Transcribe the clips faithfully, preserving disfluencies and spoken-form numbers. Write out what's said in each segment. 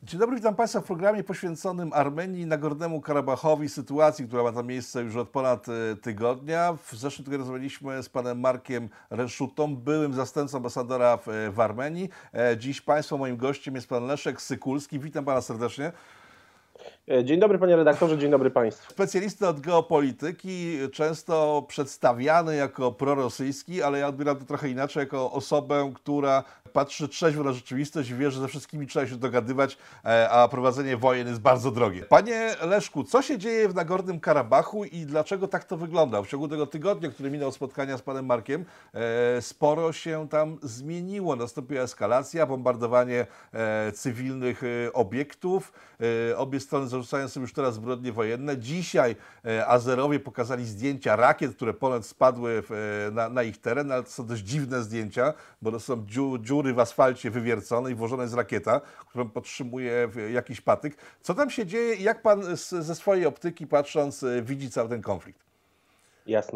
Dzień dobry, witam Państwa w programie poświęconym Armenii, Nagornemu Karabachowi, sytuacji, która ma tam miejsce już od ponad tygodnia. W zeszłym tygodniu rozmawialiśmy z panem Markiem Renszutą, byłym zastępcą ambasadora w, w Armenii. Dziś Państwa moim gościem jest pan Leszek Sykulski. Witam Pana serdecznie. Dzień dobry panie redaktorze, dzień dobry państwu. Specjalista od geopolityki, często przedstawiany jako prorosyjski, ale ja odbieram to trochę inaczej, jako osobę, która patrzy trzeźwo na rzeczywistość i wie, że ze wszystkimi trzeba się dogadywać, a prowadzenie wojen jest bardzo drogie. Panie Leszku, co się dzieje w Nagornym Karabachu i dlaczego tak to wygląda? W ciągu tego tygodnia, który minął spotkania z panem Markiem, sporo się tam zmieniło. Nastąpiła eskalacja, bombardowanie cywilnych obiektów. Obie strony zarzucają sobie już teraz zbrodnie wojenne. Dzisiaj Azerowie pokazali zdjęcia rakiet, które ponoć spadły w, na, na ich teren, ale to są dość dziwne zdjęcia, bo to są dziu, dziury w asfalcie wywiercone i włożona jest rakieta, którą podtrzymuje jakiś patyk. Co tam się dzieje i jak pan z, ze swojej optyki patrząc widzi cały ten konflikt? Jasne.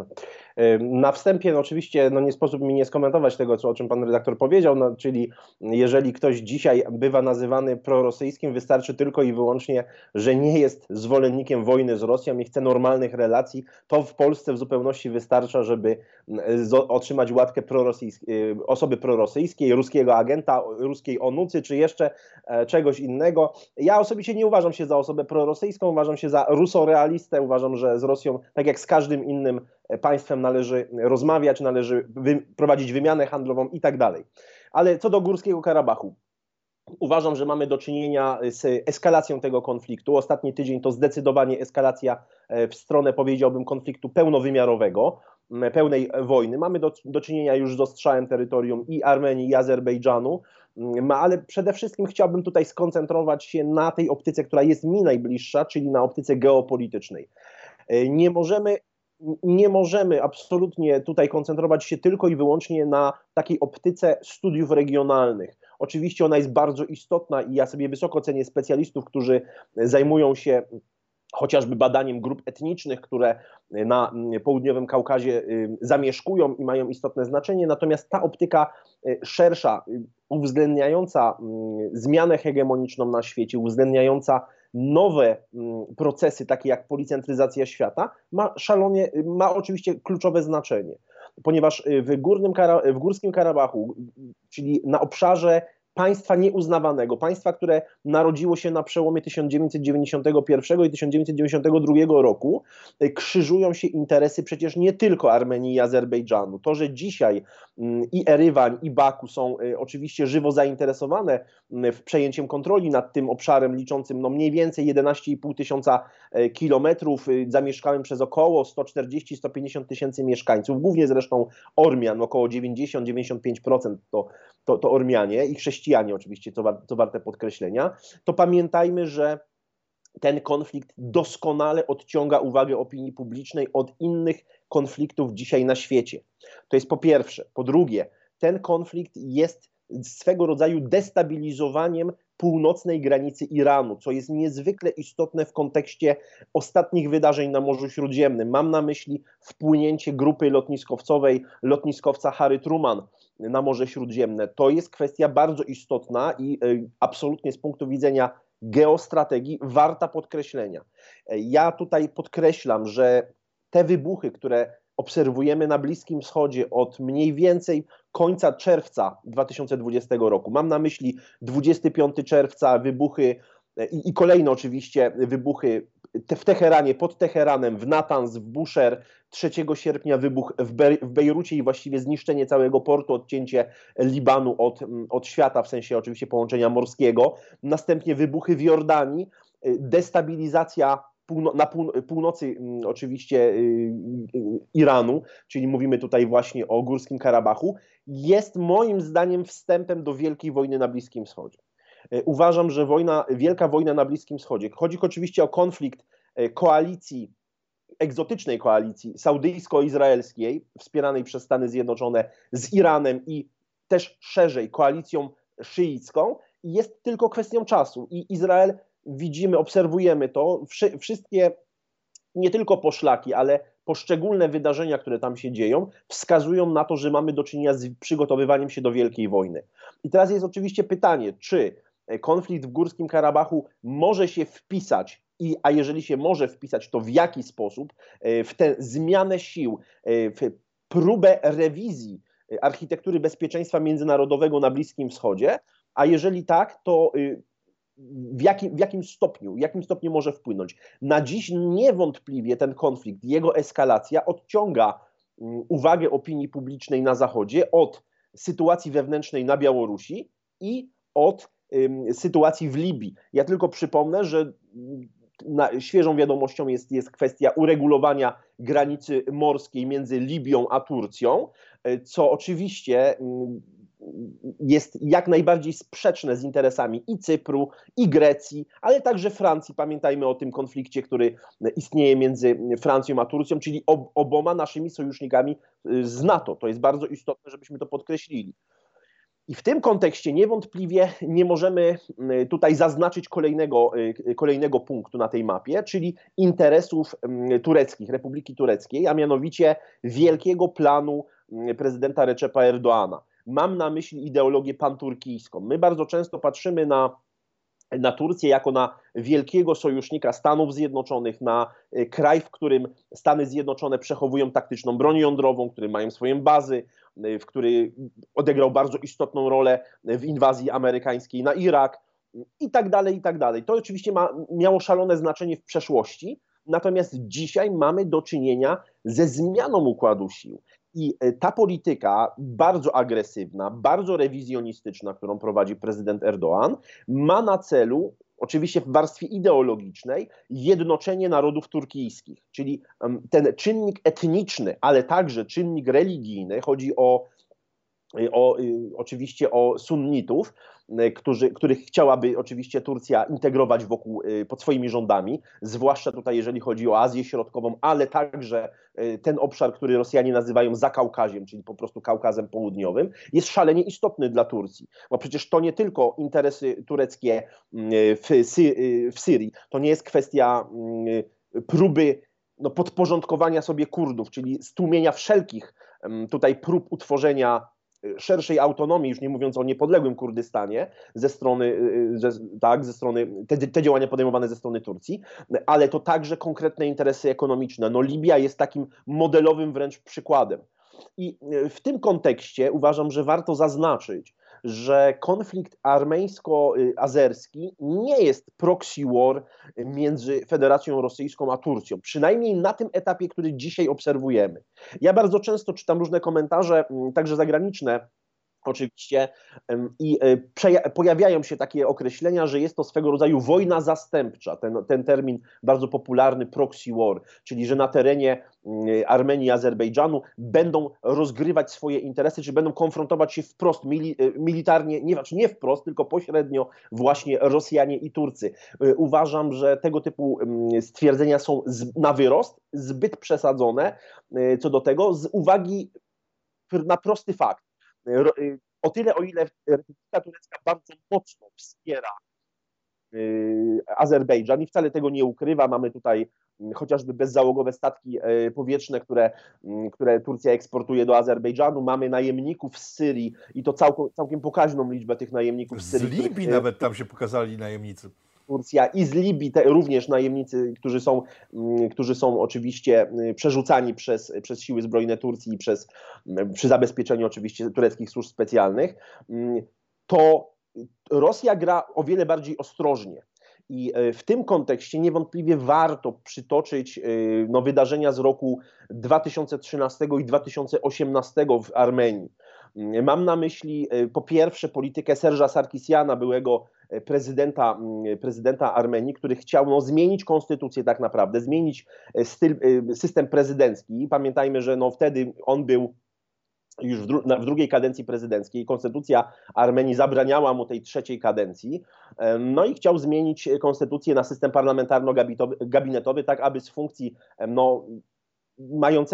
Na wstępie no oczywiście no nie sposób mi nie skomentować tego, co, o czym pan redaktor powiedział, no, czyli jeżeli ktoś dzisiaj bywa nazywany prorosyjskim, wystarczy tylko i wyłącznie, że nie jest zwolennikiem wojny z Rosją i chce normalnych relacji, to w Polsce w zupełności wystarcza, żeby otrzymać łatkę prorosyjskiej, osoby prorosyjskiej, ruskiego agenta, ruskiej onucy, czy jeszcze czegoś innego. Ja osobiście nie uważam się za osobę prorosyjską, uważam się za rusorealistę, uważam, że z Rosją, tak jak z każdym innym państwem, należy rozmawiać, należy wy prowadzić wymianę handlową i tak dalej. Ale co do Górskiego Karabachu, uważam, że mamy do czynienia z eskalacją tego konfliktu. Ostatni tydzień to zdecydowanie eskalacja w stronę, powiedziałbym, konfliktu pełnowymiarowego, pełnej wojny. Mamy do, do czynienia już z ostrzałem terytorium i Armenii, i Azerbejdżanu, ale przede wszystkim chciałbym tutaj skoncentrować się na tej optyce, która jest mi najbliższa, czyli na optyce geopolitycznej. Nie możemy Nie możemy absolutnie tutaj koncentrować się tylko i wyłącznie na takiej optyce studiów regionalnych. Oczywiście ona jest bardzo istotna i ja sobie wysoko cenię specjalistów, którzy zajmują się chociażby badaniem grup etnicznych, które na południowym Kaukazie zamieszkują i mają istotne znaczenie. Natomiast ta optyka szersza, uwzględniająca zmianę hegemoniczną na świecie, uwzględniająca nowe procesy, takie jak policentryzacja świata, ma szalonie, ma oczywiście kluczowe znaczenie. Ponieważ w, Górnym Kara, w Górskim Karabachu, czyli na obszarze państwa nieuznawanego, państwa, które narodziło się na przełomie tysiąc dziewięćset dziewięćdziesiątego pierwszego i tysiąc dziewięćset dziewięćdziesiątego drugiego roku, krzyżują się interesy przecież nie tylko Armenii i Azerbejdżanu. To, że dzisiaj i Erywan, i Baku są oczywiście żywo zainteresowane w przejęciem kontroli nad tym obszarem liczącym no mniej więcej jedenaście i pół tysiąca kilometrów, zamieszkałym przez około sto czterdzieści do stu pięćdziesięciu tysięcy mieszkańców, głównie zresztą Ormian, około dziewięćdziesiąt do dziewięćdziesięciu pięciu procent to, to, to Ormianie i chrześcijanie oczywiście, co, war, co warte podkreślenia, to pamiętajmy, że ten konflikt doskonale odciąga uwagę opinii publicznej od innych konfliktów dzisiaj na świecie. To jest po pierwsze. Po drugie, ten konflikt jest swego rodzaju destabilizowaniem północnej granicy Iranu, co jest niezwykle istotne w kontekście ostatnich wydarzeń na Morzu Śródziemnym. Mam na myśli wpłynięcie grupy lotniskowcowej, lotniskowca Harry Truman na Morze Śródziemne. To jest kwestia bardzo istotna i y, absolutnie z punktu widzenia geostrategii warta podkreślenia. Ja tutaj podkreślam, że te wybuchy, które obserwujemy na Bliskim Wschodzie od mniej więcej końca czerwca dwa tysiące dwudziestego roku. Mam na myśli dwudziestego piątego czerwca wybuchy i, i kolejne oczywiście wybuchy te w Teheranie, pod Teheranem, w Natanz, w Bushehr, trzeciego sierpnia wybuch w, Be w Bejrucie i właściwie zniszczenie całego portu, odcięcie Libanu od, od świata, w sensie oczywiście połączenia morskiego. Następnie wybuchy w Jordanii, destabilizacja Półno na pół północy oczywiście yy, yy, Iranu, czyli mówimy tutaj właśnie o Górskim Karabachu, jest moim zdaniem wstępem do wielkiej wojny na Bliskim Wschodzie. Yy, uważam, że wojna, wielka wojna na Bliskim Wschodzie, chodzi oczywiście o konflikt yy, koalicji, egzotycznej koalicji saudyjsko-izraelskiej, wspieranej przez Stany Zjednoczone z Iranem i też szerzej koalicją szyicką, jest tylko kwestią czasu i Izrael, widzimy, obserwujemy to, wszy, wszystkie nie tylko poszlaki, ale poszczególne wydarzenia, które tam się dzieją, wskazują na to, że mamy do czynienia z przygotowywaniem się do wielkiej wojny. I teraz jest oczywiście pytanie, czy konflikt w Górskim Karabachu może się wpisać, i, a jeżeli się może wpisać, to w jaki sposób w tę zmianę sił, w próbę rewizji architektury bezpieczeństwa międzynarodowego na Bliskim Wschodzie, a jeżeli tak, to w jakim, w jakim stopniu, w jakim stopniu może wpłynąć. Na dziś niewątpliwie ten konflikt, jego eskalacja odciąga uwagę opinii publicznej na Zachodzie od sytuacji wewnętrznej na Białorusi i od ym, sytuacji w Libii. Ja tylko przypomnę, że na, świeżą wiadomością jest, jest kwestia uregulowania granicy morskiej między Libią a Turcją, co oczywiście ym, jest jak najbardziej sprzeczne z interesami i Cypru, i Grecji, ale także Francji. Pamiętajmy o tym konflikcie, który istnieje między Francją a Turcją, czyli ob oboma naszymi sojusznikami z NATO. To jest bardzo istotne, żebyśmy to podkreślili. I w tym kontekście niewątpliwie nie możemy tutaj zaznaczyć kolejnego, kolejnego punktu na tej mapie, czyli interesów tureckich, Republiki Tureckiej, a mianowicie wielkiego planu prezydenta Recepa Erdoğana. Mam na myśli ideologię panturkijską. My bardzo często patrzymy na, na Turcję jako na wielkiego sojusznika Stanów Zjednoczonych, na kraj, w którym Stany Zjednoczone przechowują taktyczną broń jądrową, w którym mają swoje bazy, w który odegrał bardzo istotną rolę w inwazji amerykańskiej na Irak i tak dalej, i tak dalej. To oczywiście ma, miało szalone znaczenie w przeszłości, natomiast dzisiaj mamy do czynienia ze zmianą układu sił. I ta polityka bardzo agresywna, bardzo rewizjonistyczna, którą prowadzi prezydent Erdoğan, ma na celu, oczywiście w warstwie ideologicznej, jednoczenie narodów turkijskich. Czyli ten czynnik etniczny, ale także czynnik religijny, chodzi o, o oczywiście o sunnitów, którzy, których chciałaby oczywiście Turcja integrować wokół, pod swoimi rządami, zwłaszcza tutaj jeżeli chodzi o Azję Środkową, ale także ten obszar, który Rosjanie nazywają Zakaukaziem, czyli po prostu Kaukazem Południowym, jest szalenie istotny dla Turcji, bo przecież to nie tylko interesy tureckie w, Sy w Syrii, to nie jest kwestia próby no, podporządkowania sobie Kurdów, czyli stłumienia wszelkich tutaj prób utworzenia szerszej autonomii, już nie mówiąc o niepodległym Kurdystanie, ze strony, ze, tak, ze strony te, te działania podejmowane ze strony Turcji, ale to także konkretne interesy ekonomiczne. No, Libia jest takim modelowym wręcz przykładem. I w tym kontekście uważam, że warto zaznaczyć, że konflikt armeńsko-azerski nie jest proxy war między Federacją Rosyjską a Turcją, przynajmniej na tym etapie, który dzisiaj obserwujemy. Ja bardzo często czytam różne komentarze, także zagraniczne, oczywiście, i pojawiają się takie określenia, że jest to swego rodzaju wojna zastępcza, ten, ten termin bardzo popularny proxy war, czyli że na terenie Armenii i Azerbejdżanu będą rozgrywać swoje interesy, czy będą konfrontować się wprost, mili, militarnie, nie, znaczy nie wprost, tylko pośrednio właśnie Rosjanie i Turcy. Uważam, że tego typu stwierdzenia są na wyrost, zbyt przesadzone co do tego, z uwagi na prosty fakt. O tyle, o ile Republika Turecka bardzo mocno wspiera Azerbejdżan i wcale tego nie ukrywa, mamy tutaj chociażby bezzałogowe statki powietrzne, które, które Turcja eksportuje do Azerbejdżanu, mamy najemników z Syrii i to całkiem, całkiem pokaźną liczbę tych najemników z Syrii. Z Libii nawet tam się pokazali najemnicy. Turcja i z Libii te, również najemnicy, którzy są, którzy są oczywiście przerzucani przez, przez siły zbrojne Turcji i przez, przy zabezpieczeniu oczywiście tureckich służb specjalnych, to Rosja gra o wiele bardziej ostrożnie. I w tym kontekście niewątpliwie warto przytoczyć no, wydarzenia z roku dwa tysiące trzynastego i dwa tysiące osiemnastego w Armenii. Mam na myśli po pierwsze politykę Serge'a Sarkisiana, byłego prezydenta, prezydenta Armenii, który chciał no, zmienić konstytucję tak naprawdę, zmienić styl, system prezydencki. Pamiętajmy, że no, wtedy on był już w, dru w drugiej kadencji prezydenckiej. Konstytucja Armenii zabraniała mu tej trzeciej kadencji. No i chciał zmienić konstytucję na system parlamentarno-gabinetowy, tak aby z funkcji no, mającego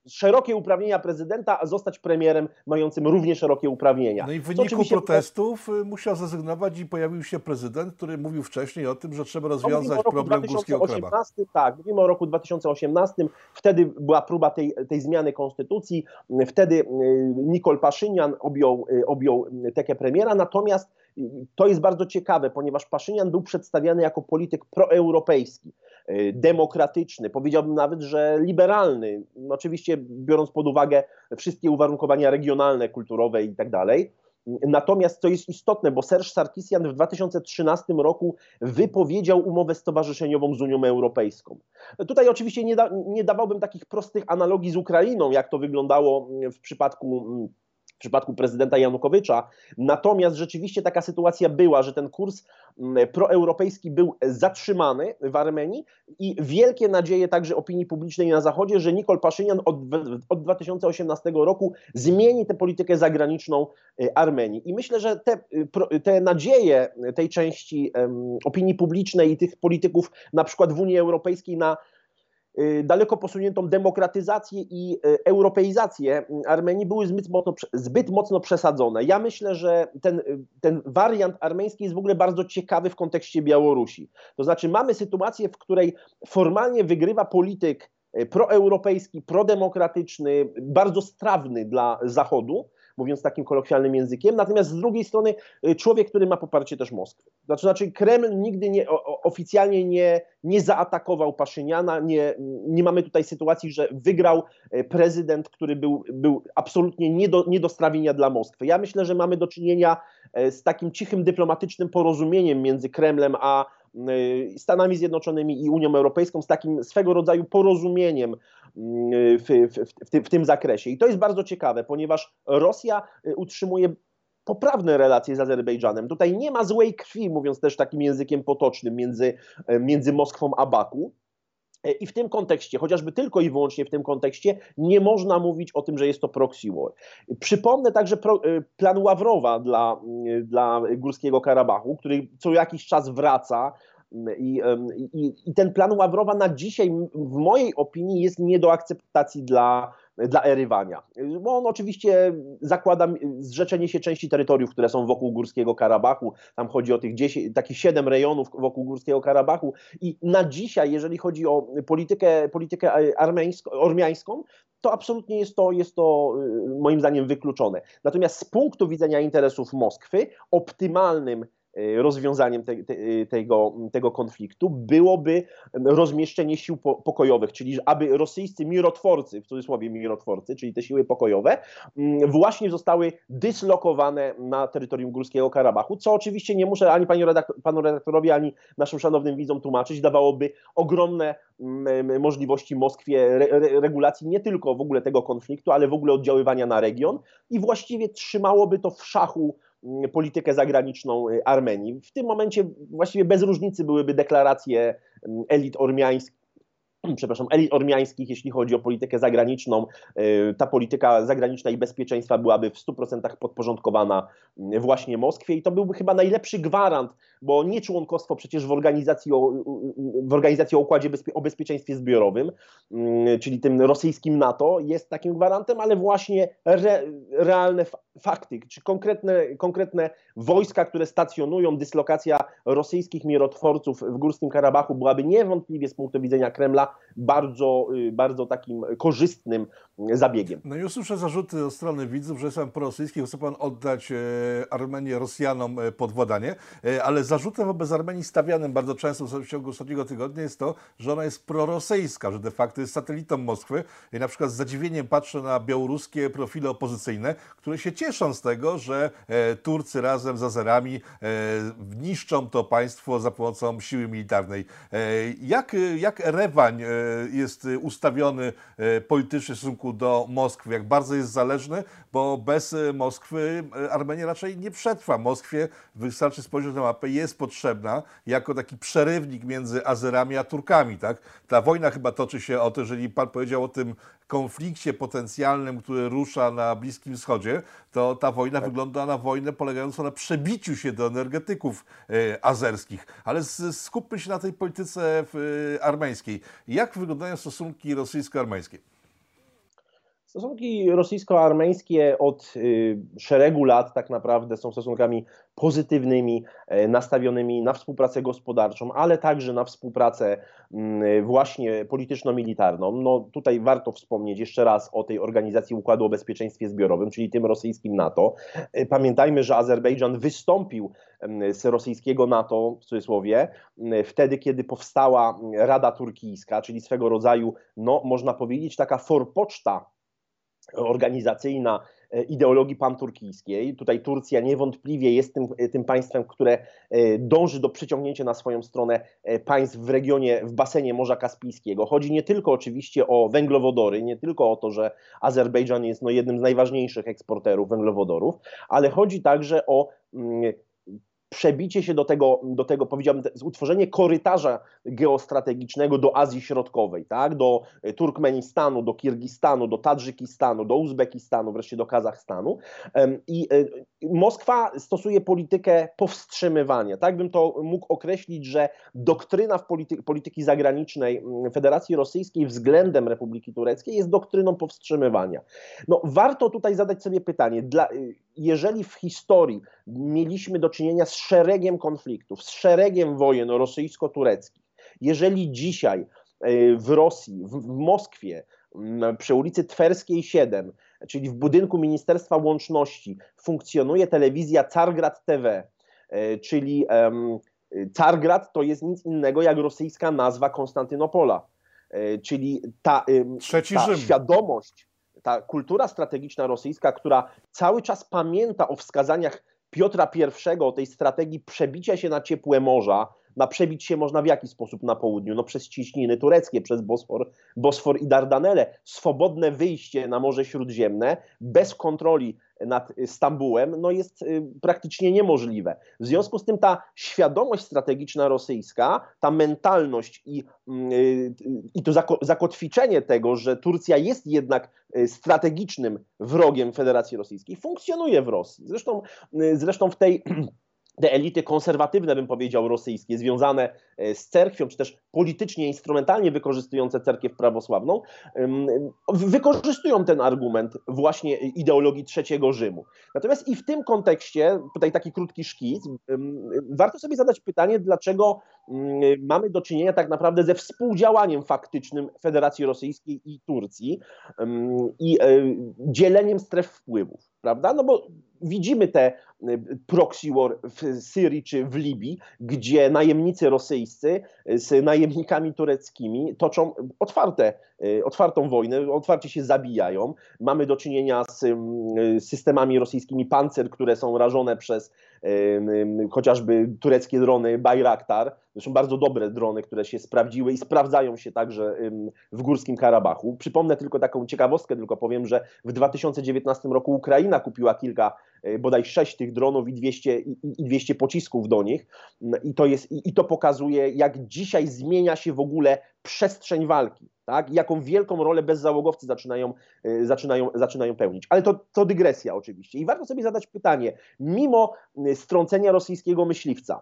szerokie uprawnienia prezydenta, a zostać premierem mającym równie szerokie uprawnienia. No i w wyniku oczywiście protestów musiał zrezygnować i pojawił się prezydent, który mówił wcześniej o tym, że trzeba rozwiązać no, problem Górskiego Karabachu. Tak, mówimy o roku dwa tysiące osiemnastym. Wtedy była próba tej, tej zmiany konstytucji. Wtedy Nikol Paszynian objął, objął tekę premiera, natomiast to jest bardzo ciekawe, ponieważ Paszynian był przedstawiany jako polityk proeuropejski, demokratyczny, powiedziałbym nawet, że liberalny, no oczywiście biorąc pod uwagę wszystkie uwarunkowania regionalne, kulturowe i tak dalej. Natomiast co jest istotne, bo Serge Sarkisian w dwa tysiące trzynastym roku wypowiedział umowę stowarzyszeniową z Unią Europejską. Tutaj oczywiście nie, da, nie dawałbym takich prostych analogii z Ukrainą, jak to wyglądało w przypadku w przypadku prezydenta Janukowycza. Natomiast rzeczywiście taka sytuacja była, że ten kurs proeuropejski był zatrzymany w Armenii i wielkie nadzieje także opinii publicznej na Zachodzie, że Nikol Paszynian od, od dwa tysiące osiemnastego roku zmieni tę politykę zagraniczną Armenii. I myślę, że te, te nadzieje tej części um, opinii publicznej i tych polityków na przykład w Unii Europejskiej na daleko posuniętą demokratyzację i europeizację Armenii były zbyt mocno, zbyt mocno przesadzone. Ja myślę, że ten, ten wariant armeński jest w ogóle bardzo ciekawy w kontekście Białorusi. To znaczy mamy sytuację, w której formalnie wygrywa polityk proeuropejski, prodemokratyczny, bardzo strawny dla Zachodu, mówiąc takim kolokwialnym językiem, natomiast z drugiej strony człowiek, który ma poparcie też Moskwy. Znaczy, znaczy Kreml nigdy nie, o, oficjalnie nie, nie zaatakował Paszyniana, nie, nie mamy tutaj sytuacji, że wygrał prezydent, który był, był absolutnie nie do, nie do strawienia dla Moskwy. Ja myślę, że mamy do czynienia z takim cichym dyplomatycznym porozumieniem między Kremlem a Stanami Zjednoczonymi i Unią Europejską, z takim swego rodzaju porozumieniem w, w, w, tym, w tym zakresie. I to jest bardzo ciekawe, ponieważ Rosja utrzymuje poprawne relacje z Azerbejdżanem. Tutaj nie ma złej krwi, mówiąc też takim językiem potocznym, między, między Moskwą a Baku. I w tym kontekście, chociażby tylko i wyłącznie w tym kontekście, nie można mówić o tym, że jest to proxy war. Przypomnę także pro, plan Ławrowa dla, dla Górskiego Karabachu, który co jakiś czas wraca. I, i, I ten plan Ławrowa na dzisiaj, w mojej opinii, jest nie do akceptacji dla, dla Erywania. Bo on oczywiście zakłada zrzeczenie się części terytoriów, które są wokół Górskiego Karabachu. Tam chodzi o tych dziesięć, takich siedem rejonów wokół Górskiego Karabachu. I na dzisiaj, jeżeli chodzi o politykę, politykę armeńską, ormiańską, to absolutnie jest to, jest to moim zdaniem wykluczone. Natomiast z punktu widzenia interesów Moskwy, optymalnym rozwiązaniem te, te, tego, tego konfliktu byłoby rozmieszczenie sił po, pokojowych, czyli aby rosyjscy mirotworcy, w cudzysłowie mirotworcy, czyli te siły pokojowe, właśnie zostały dyslokowane na terytorium Górskiego Karabachu, co oczywiście nie muszę ani panu, redaktor, panu redaktorowi, ani naszym szanownym widzom tłumaczyć, dawałoby ogromne możliwości Moskwie re, re, regulacji nie tylko w ogóle tego konfliktu, ale w ogóle oddziaływania na region i właściwie trzymałoby to w szachu politykę zagraniczną Armenii. W tym momencie właściwie bez różnicy byłyby deklaracje elit ormiańskich, przepraszam, elit ormiańskich, jeśli chodzi o politykę zagraniczną. Ta polityka zagraniczna i bezpieczeństwa byłaby w stu procentach podporządkowana właśnie Moskwie i to byłby chyba najlepszy gwarant, bo nie członkostwo przecież w organizacji o, w organizacji o układzie bezpie, o bezpieczeństwie zbiorowym, czyli tym rosyjskim NATO, jest takim gwarantem, ale właśnie re, realne fakty, czy konkretne, konkretne wojska, które stacjonują, dyslokacja rosyjskich mirotworców w Górskim Karabachu byłaby niewątpliwie z punktu widzenia Kremla bardzo, bardzo takim korzystnym zabiegiem. No i usłyszę zarzuty od strony widzów, że jestem prorosyjski, chce pan oddać Armenię Rosjanom pod władanie, ale zarzutem wobec Armenii stawianym bardzo często w ciągu ostatniego tygodnia jest to, że ona jest prorosyjska, że de facto jest satelitą Moskwy. I na przykład z zadziwieniem patrzę na białoruskie profile opozycyjne, które się cieszą z tego, że Turcy razem z Azerami niszczą to państwo za pomocą siły militarnej. Jak, jak Erewań jest ustawiony politycznie w stosunku do Moskwy, jak bardzo jest zależny, bo bez Moskwy Armenia raczej nie przetrwa. Moskwie, wystarczy spojrzeć na mapę, jest potrzebna jako taki przerywnik między Azerami a Turkami. Tak? Ta wojna chyba toczy się o to, jeżeli pan powiedział o tym konflikcie potencjalnym, który rusza na Bliskim Wschodzie, to ta wojna tak. wygląda na wojnę polegającą na przebiciu się do energetyków e, azerskich. Ale z, skupmy się na tej polityce w, e, armeńskiej. Jak wyglądają stosunki rosyjsko-armeńskie? Stosunki rosyjsko-armeńskie od y, szeregu lat tak naprawdę są stosunkami pozytywnymi, y, nastawionymi na współpracę gospodarczą, ale także na współpracę y, właśnie polityczno-militarną. No tutaj warto wspomnieć jeszcze raz o tej Organizacji Układu o Bezpieczeństwie Zbiorowym, czyli tym rosyjskim NATO. Y, pamiętajmy, że Azerbejdżan wystąpił y, z rosyjskiego NATO, w cudzysłowie, y, wtedy, kiedy powstała Rada Turkijska, czyli swego rodzaju, no można powiedzieć, taka forpoczta organizacyjna ideologii panturkijskiej. Tutaj Turcja niewątpliwie jest tym, tym państwem, które dąży do przyciągnięcia na swoją stronę państw w regionie, w basenie Morza Kaspijskiego. Chodzi nie tylko oczywiście o węglowodory, nie tylko o to, że Azerbejdżan jest no, jednym z najważniejszych eksporterów węglowodorów, ale chodzi także o mm, przebicie się do tego, do tego powiedziałbym, utworzenie korytarza geostrategicznego do Azji Środkowej, tak? Do Turkmenistanu, do Kirgistanu, do Tadżykistanu, do Uzbekistanu, wreszcie do Kazachstanu. I Moskwa stosuje politykę powstrzymywania. Tak bym to mógł określić, że doktryna w polityki, polityki zagranicznej Federacji Rosyjskiej względem Republiki Tureckiej jest doktryną powstrzymywania. No, warto tutaj zadać sobie pytanie, dla, jeżeli w historii mieliśmy do czynienia z szeregiem konfliktów, z szeregiem wojen rosyjsko-tureckich, jeżeli dzisiaj w Rosji, w Moskwie, przy ulicy Twerskiej siedem, czyli w budynku Ministerstwa Łączności, funkcjonuje telewizja Cargrad T V, czyli Cargrad to jest nic innego jak rosyjska nazwa Konstantynopola, czyli ta, Trzeci ta Rzym. świadomość, ta kultura strategiczna rosyjska, która cały czas pamięta o wskazaniach Piotra Pierwszego, o tej strategii przebicia się na ciepłe morza. Na przebić się można w jaki sposób na południu? No przez ciśniny tureckie, przez Bosfor, Bosfor i Dardanele. Swobodne wyjście na Morze Śródziemne bez kontroli nad Stambułem no jest y, praktycznie niemożliwe. W związku z tym ta świadomość strategiczna rosyjska, ta mentalność i, y, i to zako zakotwiczenie tego, że Turcja jest jednak strategicznym wrogiem Federacji Rosyjskiej, funkcjonuje w Rosji. Zresztą, y, zresztą w tej te elity konserwatywne, bym powiedział, rosyjskie, związane z cerkwią, czy też politycznie, instrumentalnie wykorzystujące cerkiew prawosławną, wykorzystują ten argument właśnie ideologii trzeciego Rzymu. Natomiast i w tym kontekście, tutaj taki krótki szkic, warto sobie zadać pytanie, dlaczego mamy do czynienia tak naprawdę ze współdziałaniem faktycznym Federacji Rosyjskiej i Turcji i dzieleniem stref wpływów, prawda? No bo widzimy te proxy war w Syrii czy w Libii, gdzie najemnicy rosyjscy z najemnikami tureckimi toczą otwarte, otwartą wojnę, otwarcie się zabijają. Mamy do czynienia z systemami rosyjskimi Pancer, które są rażone przez chociażby tureckie drony Bayraktar. Zresztą bardzo dobre drony, które się sprawdziły i sprawdzają się także w Górskim Karabachu. Przypomnę tylko taką ciekawostkę, tylko powiem, że w dwa tysiące dziewiętnastym roku Ukraina kupiła kilka, bodaj sześć tych dronów i dwieście, i, i dwieście pocisków do nich. I to, jest, i, i to pokazuje, jak dzisiaj zmienia się w ogóle przestrzeń walki. Tak? Jaką wielką rolę bezzałogowcy zaczynają, zaczynają, zaczynają pełnić. Ale to, to dygresja oczywiście. I warto sobie zadać pytanie, mimo strącenia rosyjskiego myśliwca,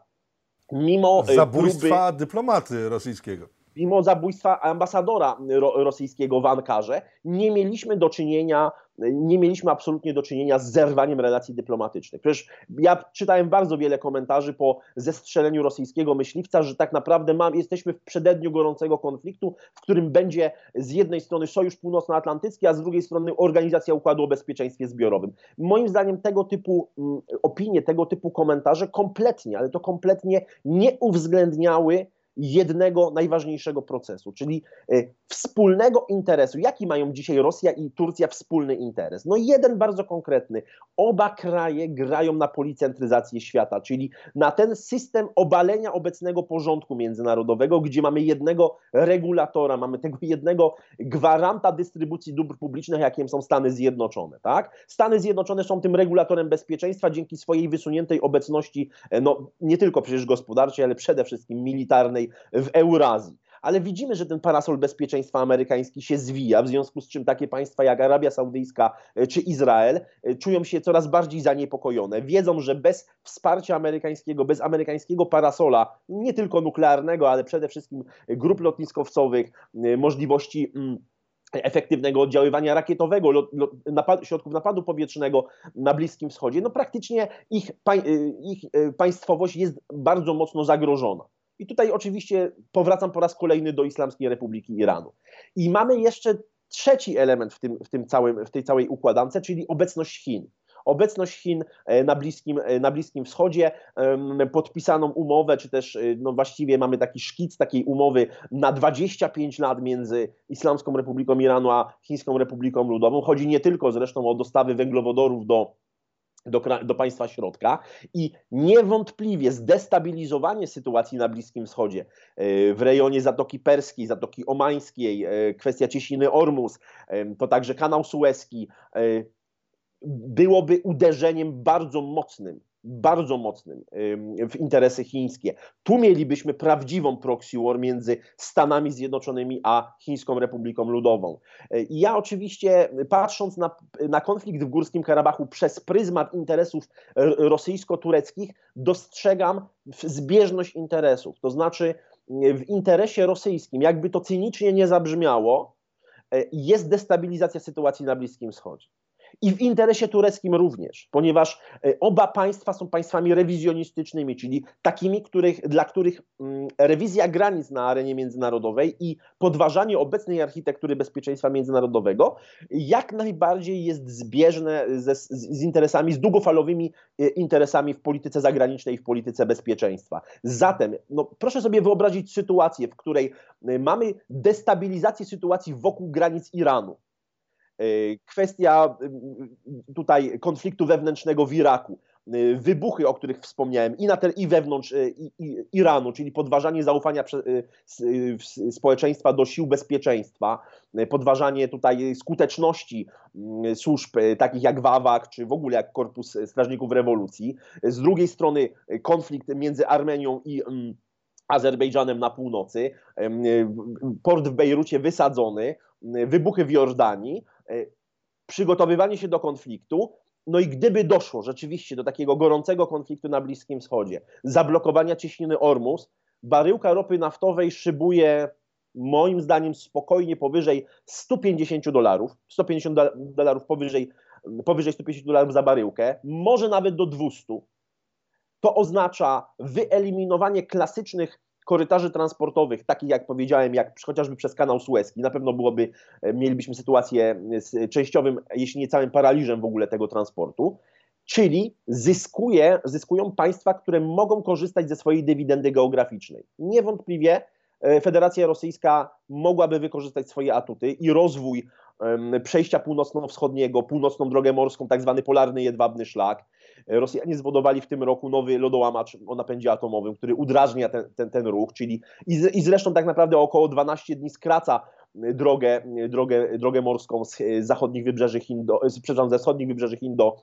mimo zabójstwa próby, dyplomaty rosyjskiego, mimo zabójstwa ambasadora ro, rosyjskiego w Ankarze, nie mieliśmy do czynienia, nie mieliśmy absolutnie do czynienia z zerwaniem relacji dyplomatycznych. Przecież ja czytałem bardzo wiele komentarzy po zestrzeleniu rosyjskiego myśliwca, że tak naprawdę mam, jesteśmy w przededniu gorącego konfliktu, w którym będzie z jednej strony Sojusz Północnoatlantycki, a z drugiej strony Organizacja Układu o Bezpieczeństwie Zbiorowym. Moim zdaniem tego typu mm, opinie, tego typu komentarze kompletnie, ale to kompletnie nie uwzględniały jednego najważniejszego procesu, czyli y, wspólnego interesu. Jaki mają dzisiaj Rosja i Turcja wspólny interes? No jeden bardzo konkretny. Oba kraje grają na policentryzację świata, czyli na ten system obalenia obecnego porządku międzynarodowego, gdzie mamy jednego regulatora, mamy tego jednego gwaranta dystrybucji dóbr publicznych, jakim są Stany Zjednoczone. Tak? Stany Zjednoczone są tym regulatorem bezpieczeństwa dzięki swojej wysuniętej obecności, no nie tylko przecież gospodarczej, ale przede wszystkim militarnej w Eurazji. Ale widzimy, że ten parasol bezpieczeństwa amerykański się zwija, w związku z czym takie państwa jak Arabia Saudyjska czy Izrael czują się coraz bardziej zaniepokojone. Wiedzą, że bez wsparcia amerykańskiego, bez amerykańskiego parasola, nie tylko nuklearnego, ale przede wszystkim grup lotniskowcowych, możliwości efektywnego oddziaływania rakietowego, lot, lot, napad, środków napadu powietrznego na Bliskim Wschodzie, no praktycznie ich, ich państwowość jest bardzo mocno zagrożona. I tutaj oczywiście powracam po raz kolejny do Islamskiej Republiki Iranu. I mamy jeszcze trzeci element w, tym, w, tym całym, w tej całej układance, czyli obecność Chin. Obecność Chin na Bliskim, na Bliskim Wschodzie, podpisaną umowę, czy też no właściwie mamy taki szkic takiej umowy na dwadzieścia pięć lat między Islamską Republiką Iranu a Chińską Republiką Ludową. Chodzi nie tylko zresztą o dostawy węglowodorów do Do, do państwa środka i niewątpliwie zdestabilizowanie sytuacji na Bliskim Wschodzie w rejonie Zatoki Perskiej, Zatoki Omańskiej, kwestia cieśniny Ormus, to także kanał Sueski, byłoby uderzeniem bardzo mocnym, bardzo mocnym w interesy chińskie. Tu mielibyśmy prawdziwą proxy war między Stanami Zjednoczonymi a Chińską Republiką Ludową. I ja oczywiście, patrząc na, na konflikt w Górskim Karabachu przez pryzmat interesów rosyjsko-tureckich, dostrzegam zbieżność interesów. To znaczy w interesie rosyjskim, jakby to cynicznie nie zabrzmiało, jest destabilizacja sytuacji na Bliskim Wschodzie. I w interesie tureckim również, ponieważ oba państwa są państwami rewizjonistycznymi, czyli takimi, których, dla których rewizja granic na arenie międzynarodowej i podważanie obecnej architektury bezpieczeństwa międzynarodowego jak najbardziej jest zbieżne ze, z interesami, z długofalowymi interesami w polityce zagranicznej i w polityce bezpieczeństwa. Zatem no, proszę sobie wyobrazić sytuację, w której mamy destabilizację sytuacji wokół granic Iranu. Kwestia tutaj konfliktu wewnętrznego w Iraku, wybuchy, o których wspomniałem, i, na te, i wewnątrz i, i Iranu, czyli podważanie zaufania prze, społeczeństwa do sił bezpieczeństwa, podważanie tutaj skuteczności służb takich jak WAWAK, czy w ogóle jak Korpus Strażników Rewolucji. Z drugiej strony konflikt między Armenią i Azerbejdżanem na północy, port w Bejrucie wysadzony, wybuchy w Jordanii, przygotowywanie się do konfliktu, no i gdyby doszło rzeczywiście do takiego gorącego konfliktu na Bliskim Wschodzie, zablokowania cieśniny Ormus, baryłka ropy naftowej szybuje moim zdaniem spokojnie powyżej stu pięćdziesięciu dolarów, sto pięćdziesiąt dolarów powyżej, powyżej stu pięćdziesięciu dolarów za baryłkę, może nawet do dwustu. To oznacza wyeliminowanie klasycznych korytarzy transportowych, takich jak powiedziałem, jak chociażby przez kanał Sueski. Na pewno byłoby, mielibyśmy sytuację z częściowym, jeśli nie całym paraliżem w ogóle tego transportu, czyli zyskuje, zyskują państwa, które mogą korzystać ze swojej dywidendy geograficznej. Niewątpliwie Federacja Rosyjska mogłaby wykorzystać swoje atuty i rozwój przejścia północno-wschodniego, północną drogę morską, tak zwany polarny jedwabny szlak. Rosjanie zbudowali w tym roku nowy lodołamacz o napędzie atomowym, który udrażnia ten, ten, ten ruch, czyli i, z, i zresztą tak naprawdę około dwanaście dni skraca drogę, drogę, drogę morską z zachodnich wybrzeży Chin, do, przepraszam, ze wschodnich wybrzeży Chin do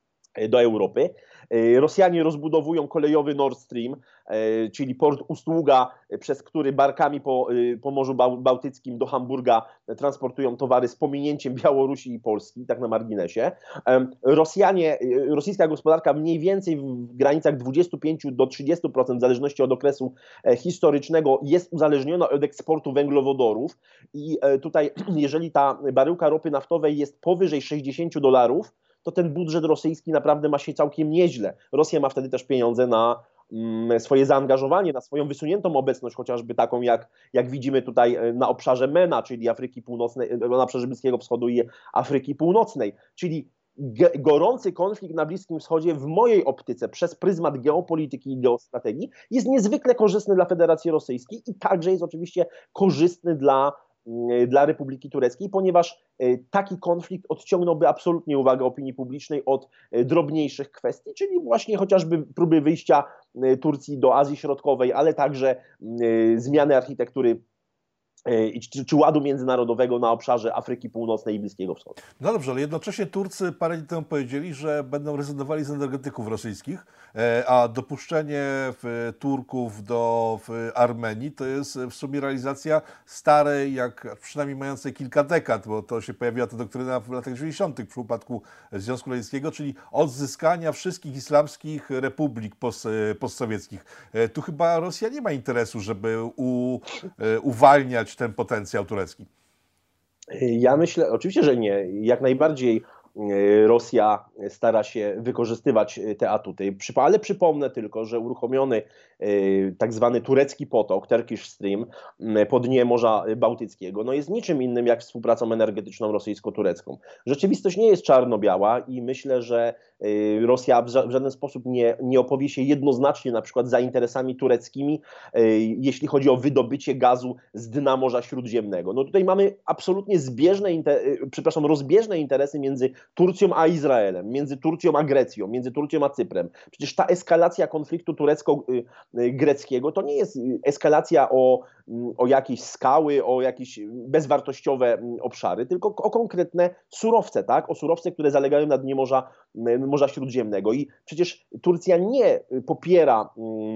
do Europy. Rosjanie rozbudowują kolejowy Nord Stream, czyli port Ust-Ługa, przez który barkami po, po Morzu Bałtyckim do Hamburga transportują towary z pominięciem Białorusi i Polski, tak na marginesie. Rosjanie, rosyjska gospodarka mniej więcej w granicach dwudziestu pięciu do trzydziestu procent w zależności od okresu historycznego jest uzależniona od eksportu węglowodorów i tutaj jeżeli ta baryłka ropy naftowej jest powyżej sześćdziesięciu dolarów, to ten budżet rosyjski naprawdę ma się całkiem nieźle. Rosja ma wtedy też pieniądze na mm, swoje zaangażowanie, na swoją wysuniętą obecność, chociażby taką jak, jak widzimy tutaj na obszarze MENA, czyli Afryki Północnej, na obszarze Bliskiego Wschodu i Afryki Północnej. Czyli gorący konflikt na Bliskim Wschodzie w mojej optyce przez pryzmat geopolityki i geostrategii jest niezwykle korzystny dla Federacji Rosyjskiej i także jest oczywiście korzystny dla dla Republiki Tureckiej, ponieważ taki konflikt odciągnąłby absolutnie uwagę opinii publicznej od drobniejszych kwestii, czyli właśnie chociażby próby wyjścia Turcji do Azji Środkowej, ale także zmiany architektury Czy, czy ładu międzynarodowego na obszarze Afryki Północnej i Bliskiego Wschodu. No dobrze, ale jednocześnie Turcy parę dni temu powiedzieli, że będą rezygnowali z energetyków rosyjskich, a dopuszczenie Turków do Armenii to jest w sumie realizacja starej, jak przynajmniej mającej kilka dekad, bo to się pojawiła ta doktryna w latach dziewięćdziesiątych w przypadku Związku Radzieckiego, czyli odzyskania wszystkich islamskich republik post, postsowieckich. Tu chyba Rosja nie ma interesu, żeby u, uwalniać ten potencjał turecki. Ja myślę, oczywiście, że nie. Jak najbardziej Rosja stara się wykorzystywać te atuty. Ale przypomnę tylko, że uruchomiony tak zwany turecki potok, Turkish Stream, po dnie Morza Bałtyckiego, no jest niczym innym jak współpracą energetyczną rosyjsko-turecką. Rzeczywistość nie jest czarno-biała i myślę, że Rosja w żaden sposób nie, nie opowie się jednoznacznie na przykład za interesami tureckimi, jeśli chodzi o wydobycie gazu z dna Morza Śródziemnego. No tutaj mamy absolutnie zbieżne, przepraszam, rozbieżne interesy między Turcją a Izraelem, między Turcją a Grecją, między Turcją a Cyprem. Przecież ta eskalacja konfliktu turecko-greckiego to nie jest eskalacja o, o jakieś skały, o jakieś bezwartościowe obszary, tylko o konkretne surowce, tak? O surowce, które zalegają na dnie Morza, Morza Śródziemnego. I przecież Turcja nie popiera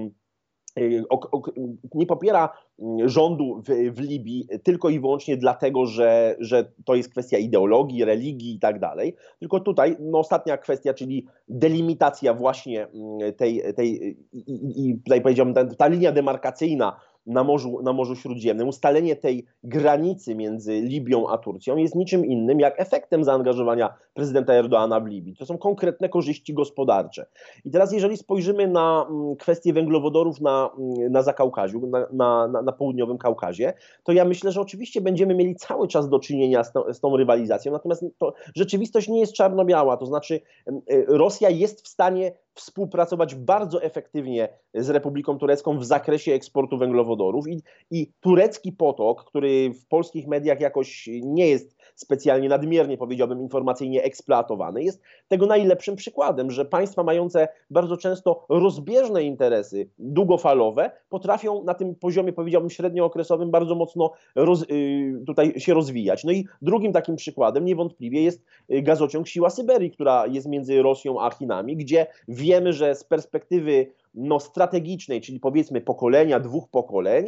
nie popiera rządu w, w Libii tylko i wyłącznie dlatego, że, że to jest kwestia ideologii, religii i tak dalej, tylko tutaj no, ostatnia kwestia, czyli delimitacja właśnie tej, tej i, i tutaj powiedziałbym, ta, ta linia demarkacyjna na Morzu, na Morzu Śródziemnym, ustalenie tej granicy między Libią a Turcją jest niczym innym jak efektem zaangażowania prezydenta Erdoğana w Libii. To są konkretne korzyści gospodarcze. I teraz jeżeli spojrzymy na kwestię węglowodorów na, na Zakaukaziu, na, na, na południowym Kaukazie, to ja myślę, że oczywiście będziemy mieli cały czas do czynienia z, to, z tą rywalizacją, natomiast to, rzeczywistość nie jest czarno-biała, to znaczy Rosja jest w stanie współpracować bardzo efektywnie z Republiką Turecką w zakresie eksportu węglowodorów i, i turecki potok, który w polskich mediach jakoś nie jest specjalnie nadmiernie, powiedziałbym, informacyjnie eksploatowany, jest tego najlepszym przykładem, że państwa mające bardzo często rozbieżne interesy długofalowe potrafią na tym poziomie, powiedziałbym, średniookresowym bardzo mocno roz, tutaj się rozwijać. No i drugim takim przykładem niewątpliwie jest gazociąg Siła Syberii, która jest między Rosją a Chinami, gdzie wiemy, że z perspektywy no, strategicznej, czyli powiedzmy pokolenia, dwóch pokoleń,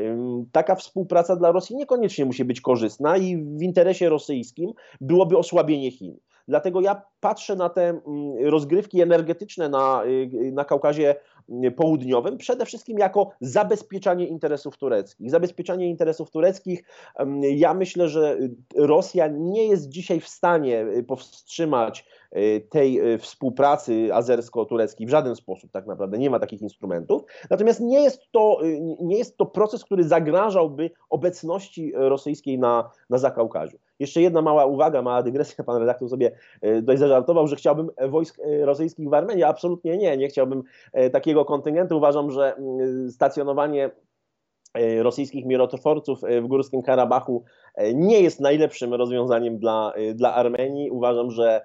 taka współpraca dla Rosji niekoniecznie musi być korzystna i w interesie rosyjskim byłoby osłabienie Chin. Dlatego ja patrzę na te rozgrywki energetyczne na, na Kaukazie Południowym przede wszystkim jako zabezpieczanie interesów tureckich. Zabezpieczanie interesów tureckich. Ja myślę, że Rosja nie jest dzisiaj w stanie powstrzymać tej współpracy azersko-tureckiej w żaden sposób tak naprawdę, nie ma takich instrumentów. Natomiast nie jest to, nie jest to proces, który zagrażałby obecności rosyjskiej na, na Zakaukaziu. Jeszcze jedna mała uwaga, mała dygresja, pan redaktor sobie dość zażartował, że chciałbym wojsk rosyjskich w Armenii. Absolutnie nie, nie chciałbym takiego kontyngentu. Uważam, że stacjonowanie rosyjskich mirotworców w Górskim Karabachu nie jest najlepszym rozwiązaniem dla, dla Armenii. Uważam, że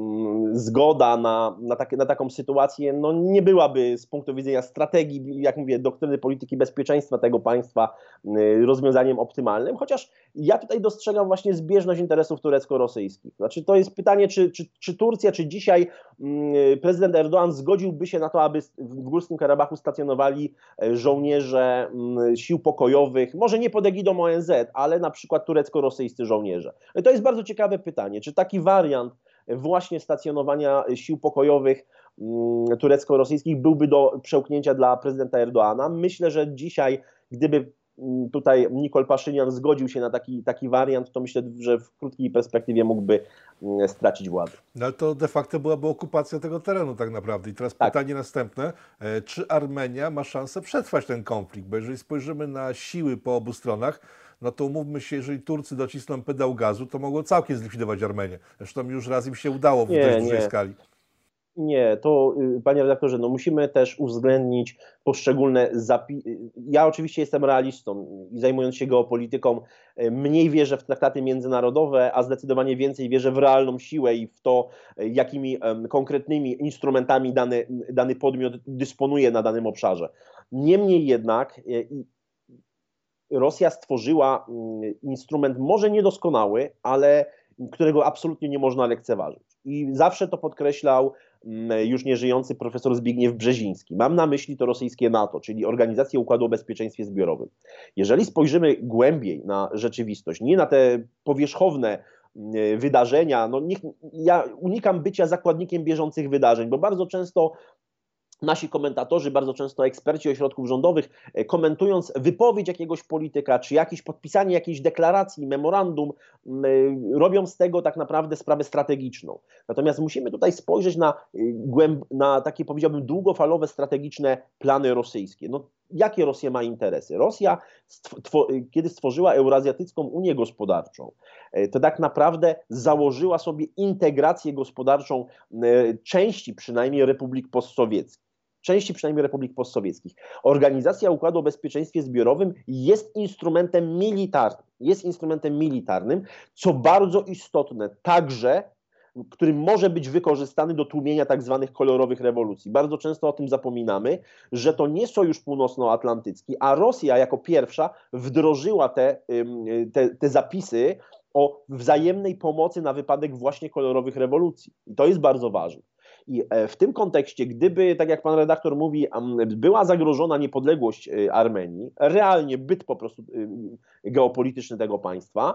zgoda na, na, takie, na taką sytuację no nie byłaby z punktu widzenia strategii, jak mówię, doktryny polityki bezpieczeństwa tego państwa rozwiązaniem optymalnym, chociaż ja tutaj dostrzegam właśnie zbieżność interesów turecko-rosyjskich. Znaczy to jest pytanie, czy, czy, czy Turcja, czy dzisiaj prezydent Erdoğan zgodziłby się na to, aby w Górskim Karabachu stacjonowali żołnierze sił pokojowych, może nie pod egidą O N Z, ale na przykład turecko-rosyjscy żołnierze. To jest bardzo ciekawe pytanie, czy taki wariant właśnie stacjonowania sił pokojowych turecko-rosyjskich byłby do przełknięcia dla prezydenta Erdoğana. Myślę, że dzisiaj, gdyby tutaj Nikol Paszynian zgodził się na taki, taki wariant, to myślę, że w krótkiej perspektywie mógłby stracić władzę. No ale to de facto byłaby okupacja tego terenu tak naprawdę. I teraz tak. Pytanie następne. Czy Armenia ma szansę przetrwać ten konflikt? Bo jeżeli spojrzymy na siły po obu stronach, no to umówmy się, jeżeli Turcy docisną pedał gazu, to mogą całkiem zlikwidować Armenię. Zresztą już raz im się udało w nie, dość dużej nie. skali. Nie, to panie redaktorze, no musimy też uwzględnić poszczególne zapisy. Ja oczywiście jestem realistą i zajmując się geopolityką, mniej wierzę w traktaty międzynarodowe, a zdecydowanie więcej wierzę w realną siłę i w to, jakimi konkretnymi instrumentami dany, dany podmiot dysponuje na danym obszarze. Niemniej jednak Rosja stworzyła instrument może niedoskonały, ale którego absolutnie nie można lekceważyć. I zawsze to podkreślał już nieżyjący profesor Zbigniew Brzeziński. Mam na myśli to rosyjskie NATO, czyli Organizację Układu o Bezpieczeństwie Zbiorowym. Jeżeli spojrzymy głębiej na rzeczywistość, nie na te powierzchowne wydarzenia, no niech, ja unikam bycia zakładnikiem bieżących wydarzeń, bo bardzo często nasi komentatorzy, bardzo często eksperci ośrodków rządowych, komentując wypowiedź jakiegoś polityka, czy jakieś podpisanie jakiejś deklaracji, memorandum, robią z tego tak naprawdę sprawę strategiczną. Natomiast musimy tutaj spojrzeć na, głęb- na takie, powiedziałbym, długofalowe, strategiczne plany rosyjskie. No, jakie Rosja ma interesy? Rosja, stw- kiedy stworzyła Eurazjatycką Unię Gospodarczą, to tak naprawdę założyła sobie integrację gospodarczą części przynajmniej republik postsowieckich. Części przynajmniej republik postsowieckich. Organizacja Układu o Bezpieczeństwie Zbiorowym jest instrumentem militarnym, jest instrumentem militarnym, co bardzo istotne, także który może być wykorzystany do tłumienia tak zwanych kolorowych rewolucji. Bardzo często o tym zapominamy, że to nie Sojusz Północnoatlantycki, a Rosja jako pierwsza wdrożyła te, te, te zapisy o wzajemnej pomocy na wypadek właśnie kolorowych rewolucji. I to jest bardzo ważne. I w tym kontekście, gdyby, tak jak pan redaktor mówi, była zagrożona niepodległość Armenii, realnie byt po prostu geopolityczny tego państwa,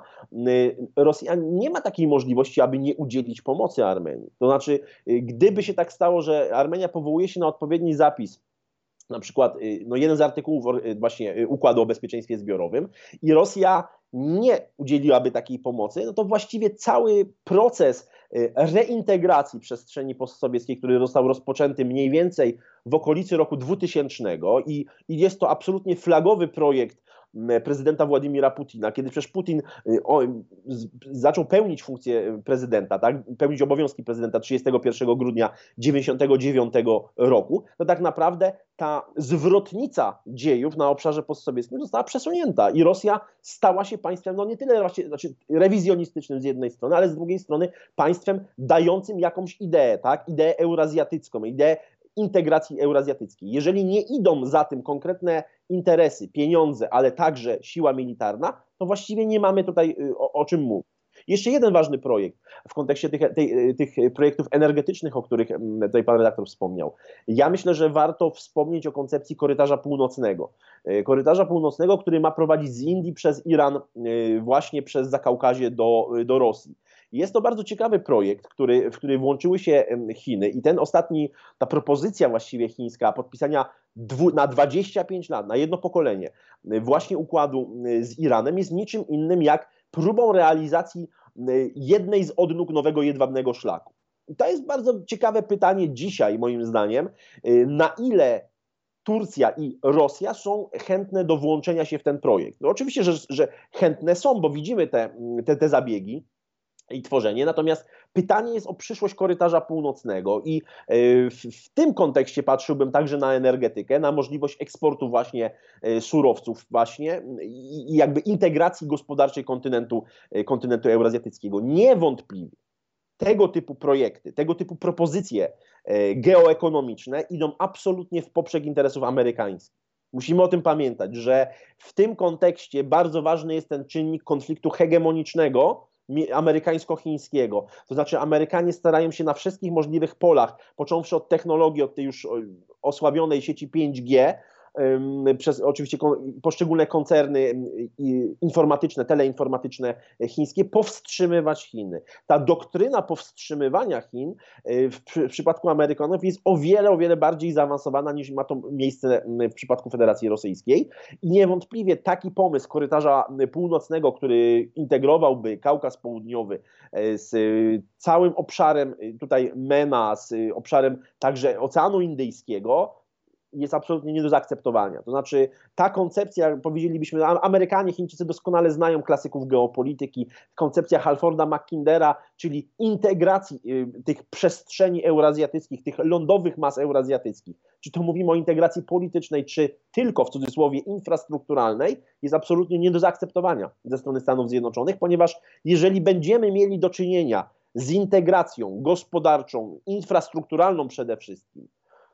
Rosja nie ma takiej możliwości, aby nie udzielić pomocy Armenii. To znaczy, gdyby się tak stało, że Armenia powołuje się na odpowiedni zapis, na przykład no jeden z artykułów właśnie Układu o Bezpieczeństwie Zbiorowym, i Rosja nie udzieliłaby takiej pomocy, no to właściwie cały proces reintegracji przestrzeni postsowieckiej, który został rozpoczęty mniej więcej w okolicy roku dwutysięcznego i, i jest to absolutnie flagowy projekt prezydenta Władimira Putina, kiedy przecież Putin o, z, zaczął pełnić funkcję prezydenta, tak, pełnić obowiązki prezydenta trzydziestego pierwszego grudnia dziewięćdziesiątego dziewiątego roku, to tak naprawdę ta zwrotnica dziejów na obszarze postsowieckim została przesunięta i Rosja stała się państwem, no nie tyle właśnie, znaczy rewizjonistycznym z jednej strony, ale z drugiej strony państwem dającym jakąś ideę, tak, ideę eurazjatycką, ideę integracji eurazjatyckiej. Jeżeli nie idą za tym konkretne interesy, pieniądze, ale także siła militarna, to właściwie nie mamy tutaj o, o czym mówić. Jeszcze jeden ważny projekt w kontekście tych, tej, tych projektów energetycznych, o których tutaj pan redaktor wspomniał. Ja myślę, że warto wspomnieć o koncepcji korytarza północnego. Korytarza północnego, który ma prowadzić z Indii przez Iran właśnie przez Zakaukazie do, do Rosji. Jest to bardzo ciekawy projekt, który, w który włączyły się Chiny i ten ostatni, ta propozycja właściwie chińska podpisania dwu, na dwadzieścia pięć lat, na jedno pokolenie właśnie układu z Iranem jest niczym innym jak próbą realizacji jednej z odnóg nowego jedwabnego szlaku. I to jest bardzo ciekawe pytanie dzisiaj moim zdaniem, na ile Turcja i Rosja są chętne do włączenia się w ten projekt. No oczywiście, że, że chętne są, bo widzimy te, te, te zabiegi i tworzenie. Natomiast pytanie jest o przyszłość korytarza północnego i w, w tym kontekście patrzyłbym także na energetykę, na możliwość eksportu właśnie surowców właśnie i, i jakby integracji gospodarczej kontynentu, kontynentu eurazjatyckiego. Niewątpliwie tego typu projekty, tego typu propozycje geoekonomiczne idą absolutnie w poprzek interesów amerykańskich. Musimy o tym pamiętać, że w tym kontekście bardzo ważny jest ten czynnik konfliktu hegemonicznego, amerykańsko-chińskiego. To znaczy Amerykanie starają się na wszystkich możliwych polach, począwszy od technologii, od tej już osłabionej sieci pięć G, przez oczywiście poszczególne koncerny informatyczne, teleinformatyczne chińskie, powstrzymywać Chiny. Ta doktryna powstrzymywania Chin w, przy, w przypadku Amerykanów jest o wiele, o wiele bardziej zaawansowana niż ma to miejsce w przypadku Federacji Rosyjskiej i niewątpliwie taki pomysł korytarza północnego, który integrowałby Kaukaz Południowy z całym obszarem tutaj MENA, z obszarem także Oceanu Indyjskiego, jest absolutnie nie do zaakceptowania. To znaczy ta koncepcja, powiedzielibyśmy, Amerykanie, Chińczycy doskonale znają klasyków geopolityki, koncepcja Halforda Mackindera, czyli integracji y, tych przestrzeni eurazjatyckich, tych lądowych mas eurazjatyckich. Czy to mówimy o integracji politycznej, czy tylko w cudzysłowie infrastrukturalnej, jest absolutnie nie do zaakceptowania ze strony Stanów Zjednoczonych, ponieważ jeżeli będziemy mieli do czynienia z integracją gospodarczą, infrastrukturalną przede wszystkim,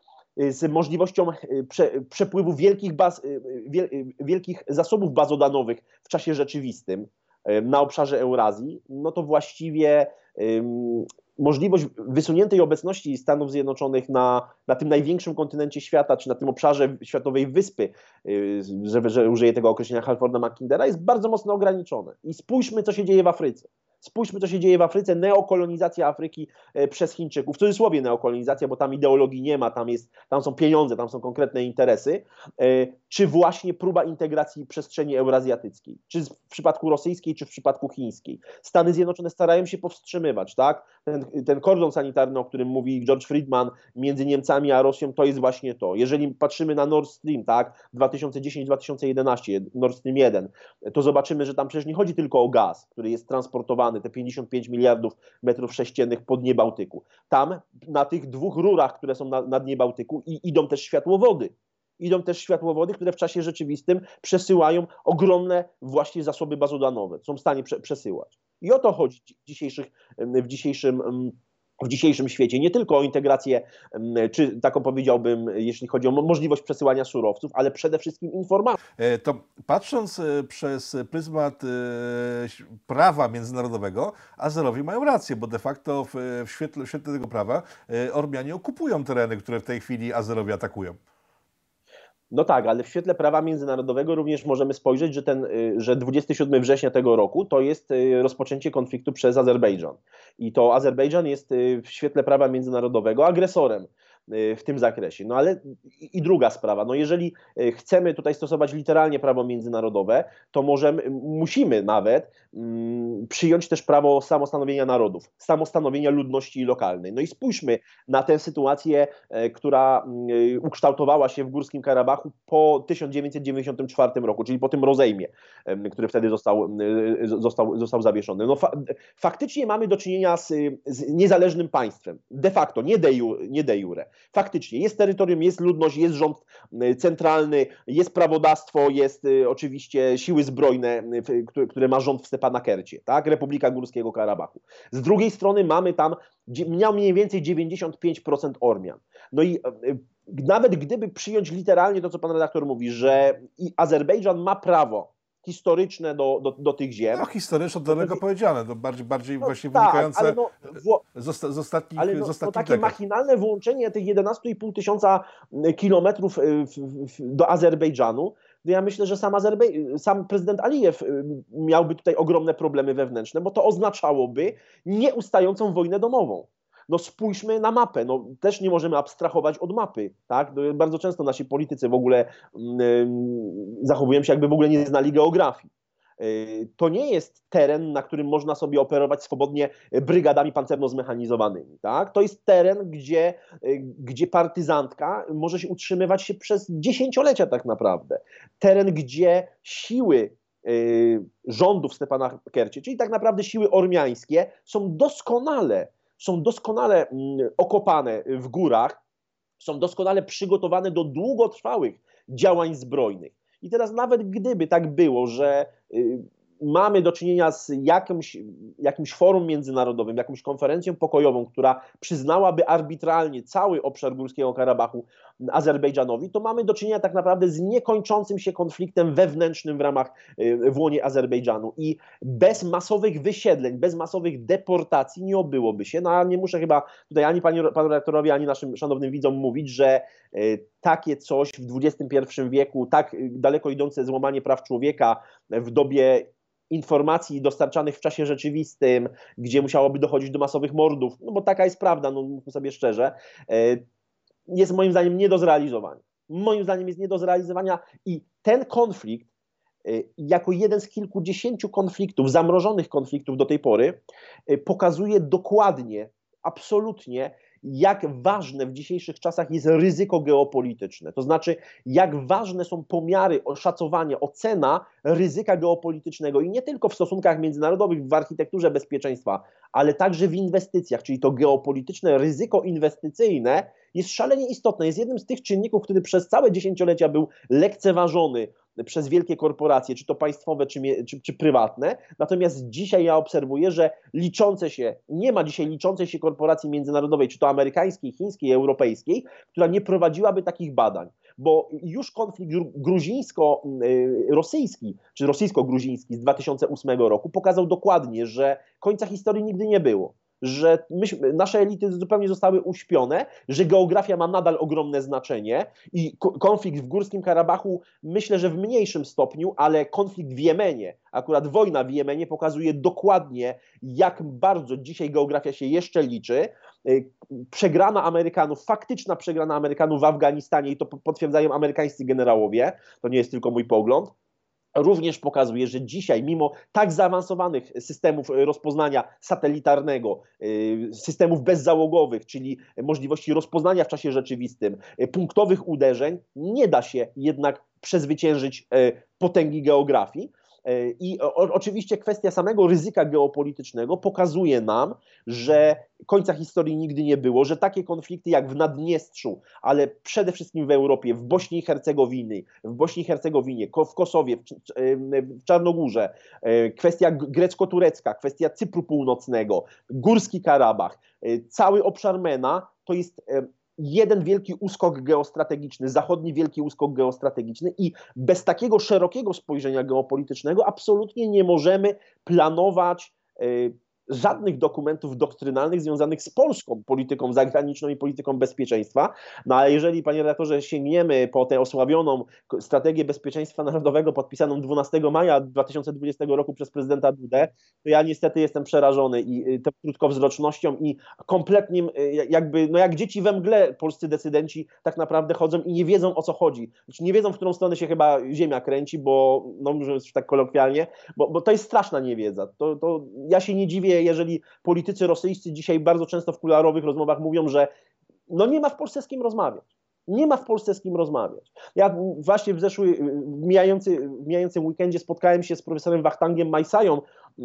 z możliwością prze, przepływu wielkich, baz, wiel, wielkich zasobów bazodanowych w czasie rzeczywistym na obszarze Eurazji, no to właściwie um, możliwość wysuniętej obecności Stanów Zjednoczonych na, na tym największym kontynencie świata, czy na tym obszarze światowej wyspy, że, że użyję tego określenia Halforda Mackindera, jest bardzo mocno ograniczone. I spójrzmy, co się dzieje w Afryce. Spójrzmy, co się dzieje w Afryce, neokolonizacja Afryki przez Chińczyków, w cudzysłowie neokolonizacja, bo tam ideologii nie ma, tam, jest, tam są pieniądze, tam są konkretne interesy, czy właśnie próba integracji przestrzeni eurazjatyckiej, czy w przypadku rosyjskiej, czy w przypadku chińskiej. Stany Zjednoczone starają się powstrzymywać, tak? Ten, ten kordon sanitarny, o którym mówi George Friedman między Niemcami a Rosją, to jest właśnie to. Jeżeli patrzymy na Nord Stream, tak? dwa tysiące dziesiąty do dwa tysiące jedenastego, Nord Stream jeden, to zobaczymy, że tam przecież nie chodzi tylko o gaz, który jest transportowany, te pięćdziesiąt pięć miliardów metrów sześciennych po dnie Bałtyku. Tam na tych dwóch rurach, które są na, na dnie Bałtyku, i idą też światłowody. Idą też światłowody, które w czasie rzeczywistym przesyłają ogromne właśnie zasoby bazodanowe, są w stanie prze, przesyłać. I o to chodzi w, dzisiejszych, w, dzisiejszym, w dzisiejszym świecie. Nie tylko o integrację, czy taką powiedziałbym, jeśli chodzi o możliwość przesyłania surowców, ale przede wszystkim informacji. To patrząc przez pryzmat prawa międzynarodowego, Azerowie mają rację, bo de facto w, w, świetle, w świetle tego prawa Ormianie okupują tereny, które w tej chwili Azerowie atakują. No tak, ale w świetle prawa międzynarodowego również możemy spojrzeć, że, ten, że dwudziestego siódmego września tego roku to jest rozpoczęcie konfliktu przez Azerbejdżan. I to Azerbejdżan jest w świetle prawa międzynarodowego agresorem w tym zakresie. No ale i druga sprawa, no jeżeli chcemy tutaj stosować literalnie prawo międzynarodowe, to możemy, musimy nawet mm, przyjąć też prawo samostanowienia narodów, samostanowienia ludności lokalnej. No i spójrzmy na tę sytuację, która ukształtowała się w Górskim Karabachu po tysiąc dziewięćset dziewięćdziesiątym czwartym roku, czyli po tym rozejmie, który wtedy został, został, został zawieszony. No fa faktycznie mamy do czynienia z, z niezależnym państwem, de facto, nie de, ju, nie de jure. Faktycznie jest terytorium, jest ludność, jest rząd centralny, jest prawodawstwo, jest oczywiście siły zbrojne, które ma rząd w Stepanakercie, tak? Republika Górskiego Karabachu. Z drugiej strony mamy tam miał mniej więcej dziewięćdziesiąt pięć procent Ormian. No i nawet gdyby przyjąć literalnie to, co pan redaktor mówi, że i Azerbejdżan ma prawo historyczne do, do, do tych ziem. No historyczne, to daleko powiedziane, to bardziej, bardziej no, właśnie tak, wynikające no, z, z ostatnich ale no, z ostatnich no takie dekad. machinalne włączenie tych jedenastu i pół tysiąca kilometrów do Azerbejdżanu, to ja myślę, że sam, Azerbej- sam prezydent Alijew miałby tutaj ogromne problemy wewnętrzne, bo to oznaczałoby nieustającą wojnę domową. No spójrzmy na mapę, no też nie możemy abstrahować od mapy, tak? No, bardzo często nasi politycy w ogóle yy, zachowują się, jakby w ogóle nie znali geografii. Yy, to nie jest teren, na którym można sobie operować swobodnie brygadami pancerno-zmechanizowanymi, tak? To jest teren, gdzie, yy, gdzie partyzantka może się utrzymywać się przez dziesięciolecia tak naprawdę. Teren, gdzie siły yy, rządu w Stepanakercie, czyli tak naprawdę siły ormiańskie, są doskonale są doskonale okopane w górach, są doskonale przygotowane do długotrwałych działań zbrojnych. I teraz nawet gdyby tak było, że mamy do czynienia z jakimś, jakimś forum międzynarodowym, jakąś konferencją pokojową, która przyznałaby arbitralnie cały obszar Górskiego Karabachu Azerbejdżanowi, to mamy do czynienia tak naprawdę z niekończącym się konfliktem wewnętrznym w ramach, w łonie Azerbejdżanu. I bez masowych wysiedleń, bez masowych deportacji nie obyłoby się. No a nie muszę chyba tutaj ani panu, panu redaktorowi, ani naszym szanownym widzom mówić, że takie coś w dwudziestym pierwszym wieku, tak daleko idące złamanie praw człowieka w dobie informacji dostarczanych w czasie rzeczywistym, gdzie musiałoby dochodzić do masowych mordów, no bo taka jest prawda, no mówmy sobie szczerze, jest moim zdaniem nie do zrealizowania. Moim zdaniem jest nie do zrealizowania i ten konflikt, jako jeden z kilkudziesięciu konfliktów, zamrożonych konfliktów do tej pory, pokazuje dokładnie, absolutnie, jak ważne w dzisiejszych czasach jest ryzyko geopolityczne. To znaczy, jak ważne są pomiary, oszacowanie, ocena ryzyka geopolitycznego i nie tylko w stosunkach międzynarodowych, w architekturze bezpieczeństwa, ale także w inwestycjach, czyli to geopolityczne ryzyko inwestycyjne jest szalenie istotne. Jest jednym z tych czynników, który przez całe dziesięciolecia był lekceważony przez wielkie korporacje, czy to państwowe, czy, czy, czy prywatne. Natomiast dzisiaj ja obserwuję, że liczące się, nie ma dzisiaj liczącej się korporacji międzynarodowej, czy to amerykańskiej, chińskiej, europejskiej, która nie prowadziłaby takich badań. Bo już konflikt gruzińsko-rosyjski, czy rosyjsko-gruziński z dwa tysiące ósmego roku pokazał dokładnie, że końca historii nigdy nie było. że myśmy, nasze elity zupełnie zostały uśpione, że geografia ma nadal ogromne znaczenie i konflikt w Górskim Karabachu myślę, że w mniejszym stopniu, ale konflikt w Jemenie, akurat wojna w Jemenie pokazuje dokładnie, jak bardzo dzisiaj geografia się jeszcze liczy. Przegrana Amerykanów, faktyczna przegrana Amerykanów w Afganistanie i to potwierdzają amerykańscy generałowie, to nie jest tylko mój pogląd, również pokazuje, że dzisiaj mimo tak zaawansowanych systemów rozpoznania satelitarnego, systemów bezzałogowych, czyli możliwości rozpoznania w czasie rzeczywistym, punktowych uderzeń, nie da się jednak przezwyciężyć potęgi geografii. I o, oczywiście kwestia samego ryzyka geopolitycznego pokazuje nam, że końca historii nigdy nie było, że takie konflikty jak w Naddniestrzu, ale przede wszystkim w Europie, w Bośni i Hercegowinie, w Bośni i Hercegowinie, w Kosowie, w, w Czarnogórze, kwestia grecko-turecka, kwestia Cypru Północnego, Górski Karabach, cały obszar MENA to jest jeden wielki uskok geostrategiczny, zachodni wielki uskok geostrategiczny i bez takiego szerokiego spojrzenia geopolitycznego absolutnie nie możemy planować y, żadnych dokumentów doktrynalnych związanych z polską polityką zagraniczną i polityką bezpieczeństwa. No ale jeżeli, panie redaktorze, sięgniemy po tę osławioną strategię bezpieczeństwa narodowego podpisaną dwunastego maja dwa tysiące dwudziestego roku przez prezydenta Dudę, to ja niestety jestem przerażony i tą krótkowzrocznością i kompletnym jakby, no jak dzieci we mgle polscy decydenci tak naprawdę chodzą i nie wiedzą, o co chodzi. Znaczy nie wiedzą, w którą stronę się chyba ziemia kręci, bo, no mówiąc tak kolokwialnie, bo, bo to jest straszna niewiedza. To, to ja się nie dziwię, jeżeli politycy rosyjscy dzisiaj bardzo często w kuluarowych rozmowach mówią, że no nie ma w Polsce z kim rozmawiać. Nie ma w Polsce z kim rozmawiać. Ja właśnie w zeszłym, w mijający, w mijającym weekendzie spotkałem się z profesorem Wachtangiem Majsają,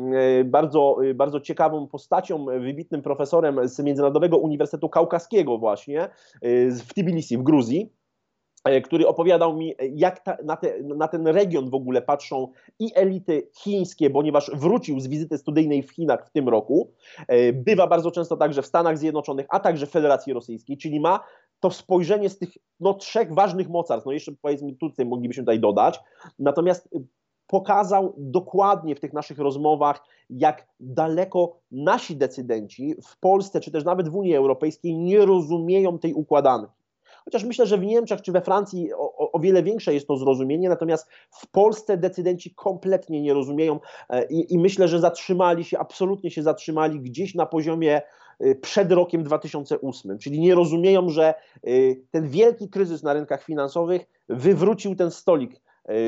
bardzo, bardzo ciekawą postacią, wybitnym profesorem z Międzynarodowego Uniwersytetu Kaukaskiego właśnie w Tbilisi w Gruzji, który opowiadał mi, jak ta, na, te, na ten region w ogóle patrzą i elity chińskie, ponieważ wrócił z wizyty studyjnej w Chinach w tym roku, bywa bardzo często także w Stanach Zjednoczonych, a także w Federacji Rosyjskiej, czyli ma to spojrzenie z tych no, trzech ważnych mocarstw, no jeszcze powiedzmy tutaj moglibyśmy tutaj dodać, natomiast pokazał dokładnie w tych naszych rozmowach, jak daleko nasi decydenci w Polsce, czy też nawet w Unii Europejskiej nie rozumieją tej układanki. Chociaż myślę, że w Niemczech czy we Francji o, o wiele większe jest to zrozumienie, natomiast w Polsce decydenci kompletnie nie rozumieją i, i myślę, że zatrzymali się, absolutnie się zatrzymali gdzieś na poziomie przed rokiem dwa tysiące ósmym, czyli nie rozumieją, że ten wielki kryzys na rynkach finansowych wywrócił ten stolik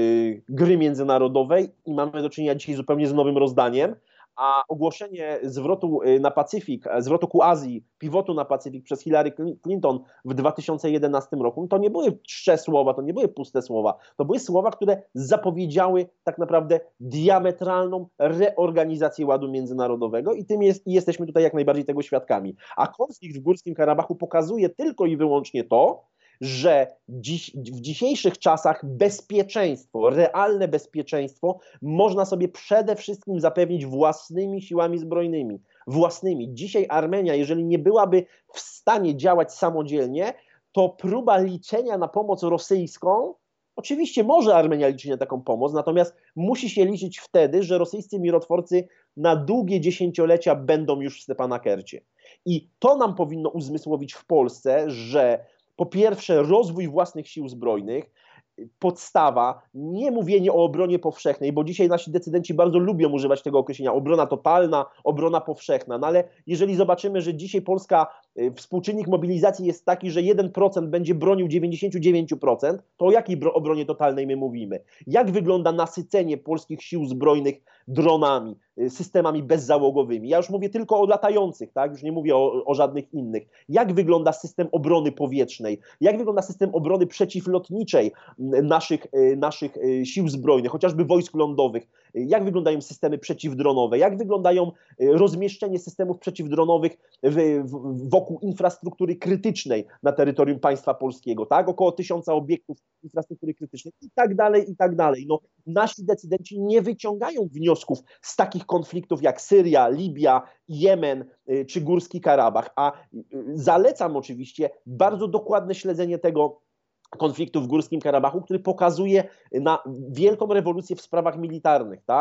gry międzynarodowej i mamy do czynienia dzisiaj zupełnie z nowym rozdaniem. A ogłoszenie zwrotu na Pacyfik, zwrotu ku Azji, pivotu na Pacyfik przez Hillary Clinton w dwa tysiące jedenastym roku, to nie były czcze słowa, to nie były puste słowa, to były słowa, które zapowiedziały tak naprawdę diametralną reorganizację ładu międzynarodowego i tym jest, i jesteśmy tutaj jak najbardziej tego świadkami. A konflikt w Górskim Karabachu pokazuje tylko i wyłącznie to, że dziś, w dzisiejszych czasach bezpieczeństwo, realne bezpieczeństwo można sobie przede wszystkim zapewnić własnymi siłami zbrojnymi, własnymi. Dzisiaj Armenia, jeżeli nie byłaby w stanie działać samodzielnie, to próba liczenia na pomoc rosyjską, oczywiście może Armenia liczyć na taką pomoc, natomiast musi się liczyć wtedy, że rosyjscy mirotworcy na długie dziesięciolecia będą już w Stepanakercie. I to nam powinno uzmysłowić w Polsce, że po pierwsze rozwój własnych sił zbrojnych, podstawa, nie mówienie o obronie powszechnej, bo dzisiaj nasi decydenci bardzo lubią używać tego określenia, obrona totalna, obrona powszechna, no ale jeżeli zobaczymy, że dzisiaj Polska, współczynnik mobilizacji jest taki, że jeden procent będzie bronił dziewięćdziesiąt dziewięć procent, to o jakiej obronie totalnej my mówimy? Jak wygląda nasycenie polskich sił zbrojnych dronami, systemami bezzałogowymi? Ja już mówię tylko o latających, tak? Już nie mówię o, o żadnych innych. Jak wygląda system obrony powietrznej? Jak wygląda system obrony przeciwlotniczej naszych, naszych sił zbrojnych, chociażby wojsk lądowych? Jak wyglądają systemy przeciwdronowe? Jak wyglądają rozmieszczenie systemów przeciwdronowych w, w, wokół infrastruktury krytycznej na terytorium państwa polskiego, tak? Około tysiąca obiektów infrastruktury krytycznej i tak dalej, i tak dalej. No, nasi decydenci nie wyciągają wniosków z takich konfliktów jak Syria, Libia, Jemen czy Górski Karabach, a zalecam oczywiście bardzo dokładne śledzenie tego konfliktu w Górskim Karabachu, który pokazuje na wielką rewolucję w sprawach militarnych, tak?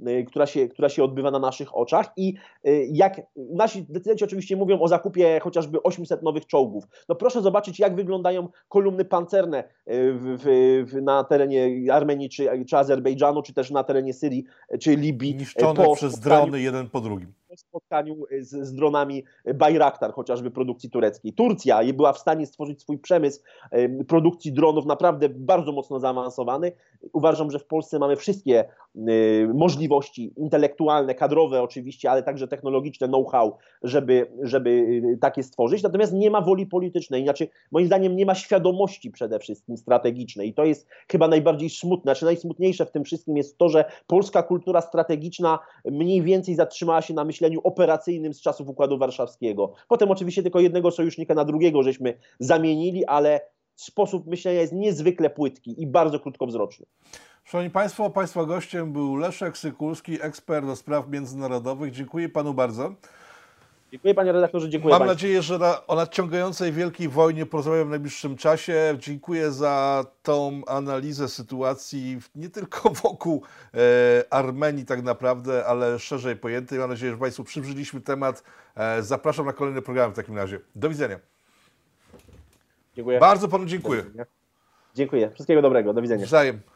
która się, która się odbywa na naszych oczach i jak nasi decydenci oczywiście mówią o zakupie chociażby ośmiuset nowych czołgów. No proszę zobaczyć, jak wyglądają kolumny pancerne w, w, w, na terenie Armenii czy, czy Azerbejdżanu, czy też na terenie Syrii czy Libii. Niszczone po przez spotkaniu, drony jeden po drugim. po spotkaniu z, z dronami Bayraktar, chociażby produkcji tureckiej. Turcja była w stanie stworzyć swój przemysł produkcji dronów naprawdę bardzo mocno zaawansowany. Uważam, że w Polsce mamy wszystkie możliwości intelektualne, kadrowe oczywiście, ale także technologiczne, know-how, żeby, żeby takie stworzyć. Natomiast nie ma woli politycznej. Inaczej, moim zdaniem, nie ma świadomości przede wszystkim strategicznej. I to jest chyba najbardziej smutne. Znaczy, najsmutniejsze w tym wszystkim jest to, że polska kultura strategiczna mniej więcej zatrzymała się na myśleniu operacyjnym z czasów Układu Warszawskiego. Potem oczywiście tylko jednego sojusznika na drugiego żeśmy zamienili, ale sposób myślenia jest niezwykle płytki i bardzo krótkowzroczny. Szanowni Państwo, Państwa gościem był Leszek Sykulski, ekspert do spraw międzynarodowych. Dziękuję Panu bardzo. Dziękuję Panie redaktorze, dziękuję Mam Państwu. nadzieję, że na, o nadciągającej wielkiej wojnie porozmawiam w najbliższym czasie. Dziękuję za tą analizę sytuacji nie tylko wokół e, Armenii tak naprawdę, ale szerzej pojętej. Mam nadzieję, że Państwu przybliżyliśmy temat. E, zapraszam na kolejny program w takim razie. Do widzenia. Dziękuję. Bardzo Panu dziękuję. Dziękuję. Wszystkiego dobrego. Do widzenia. Wzajem.